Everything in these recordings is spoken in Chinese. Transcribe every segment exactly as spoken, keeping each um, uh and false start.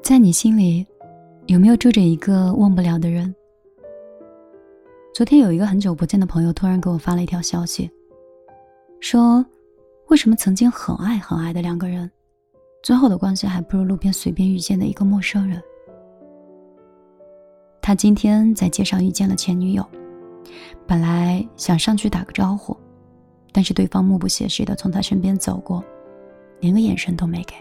在你心里有没有住着一个忘不了的人？昨天有一个很久不见的朋友突然给我发了一条消息，说为什么曾经很爱很爱的两个人，最后的关系还不如路边随便遇见的一个陌生人。他今天在街上遇见了前女友，本来想上去打个招呼，但是对方目不斜视地从他身边走过，连个眼神都没给。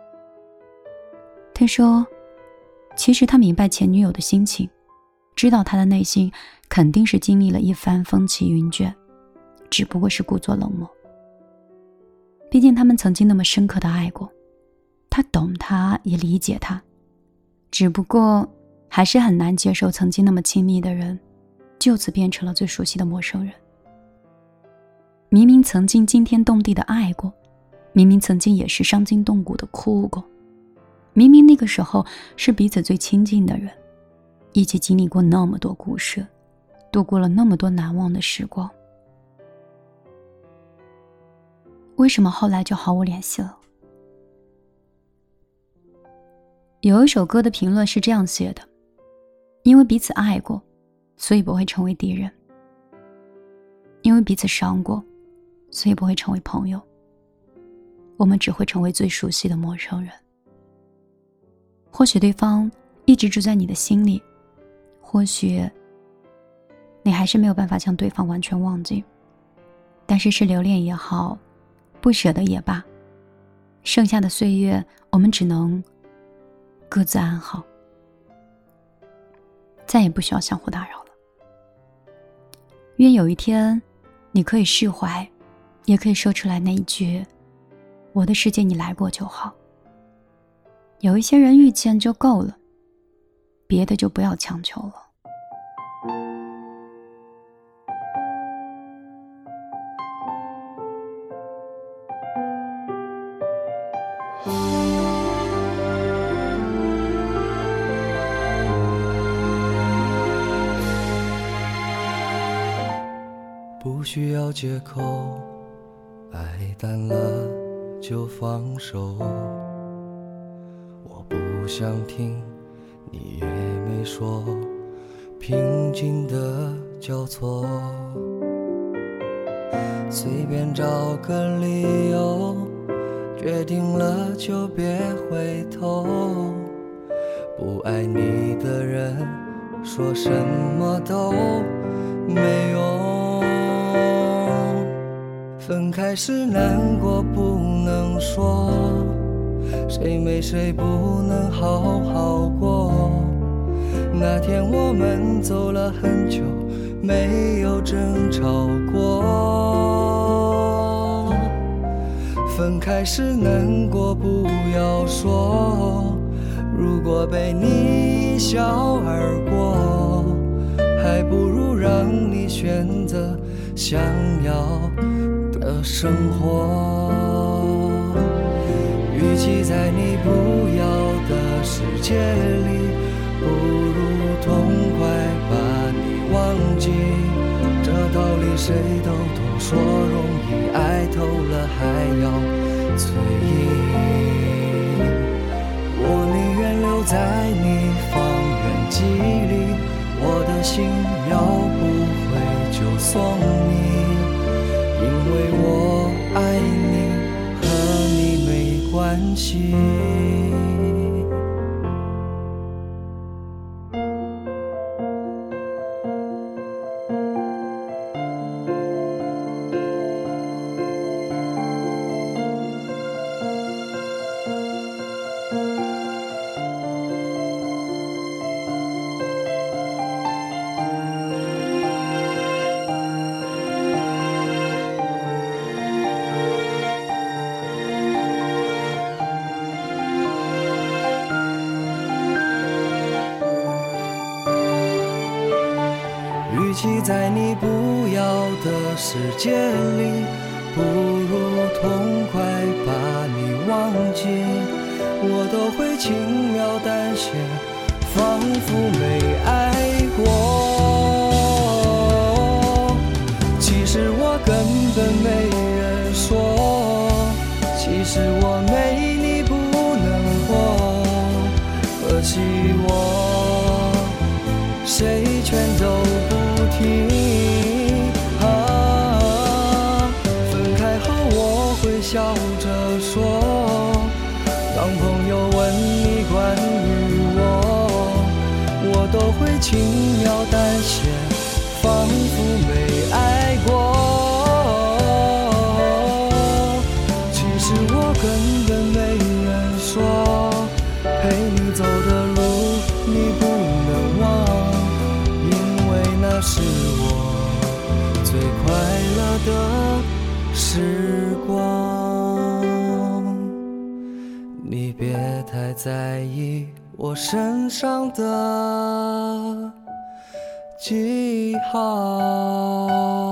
他说其实他明白前女友的心情，知道他的内心肯定是经历了一番风起云卷，只不过是故作冷漠。毕竟他们曾经那么深刻的爱过，他懂他也理解他，只不过还是很难接受曾经那么亲密的人就此变成了最熟悉的陌生人。明明曾经惊天动地的爱过，明明曾经也是伤筋动骨的哭过，明明那个时候是彼此最亲近的人，一起经历过那么多故事，度过了那么多难忘的时光，为什么后来就毫无联系了？有一首歌的评论是这样写的，因为彼此爱过，所以不会成为敌人，因为彼此伤过，所以不会成为朋友，我们只会成为最熟悉的陌生人。或许对方一直住在你的心里，或许你还是没有办法将对方完全忘记，但是是留恋也好，不舍得也罢，剩下的岁月我们只能各自安好，再也不需要相互打扰了。愿有一天你可以释怀，也可以说出来那一句我的世界你来过就好。有一些人遇见就够了，别的就不要强求了。 不需要借口，爱淡了就放手。我不想听，你也没说，平静的交错，随便找个理由，决定了就别回头。不爱你的人，说什么都没用。分开时难过不能说，谁没谁不能好好过。那天我们走了很久，没有争吵过。分开时难过不要说，如果被你一笑而过，还不如让你选择想要的生活。与其在你不要的世界里，不如痛快把你忘记。这道理谁都懂，说容易，爱透了还要嘴硬。我宁愿留在你方圆几里，我的心要不回就送你，因为我爱你和你没关系。与其在你不要的世界里，不如痛快把你忘记。我都会轻描淡写，仿佛没爱过。其实我根本没人说，其实我没你不能活。 惜我，谁劝都不听。啊，分开后我会笑着说，当朋友问你关于我，我都会轻描淡写，仿佛没爱过。其实我根本没人说，陪你走的路你不能忘，因为那是我最快乐的时光。你别太在意我身上的记号。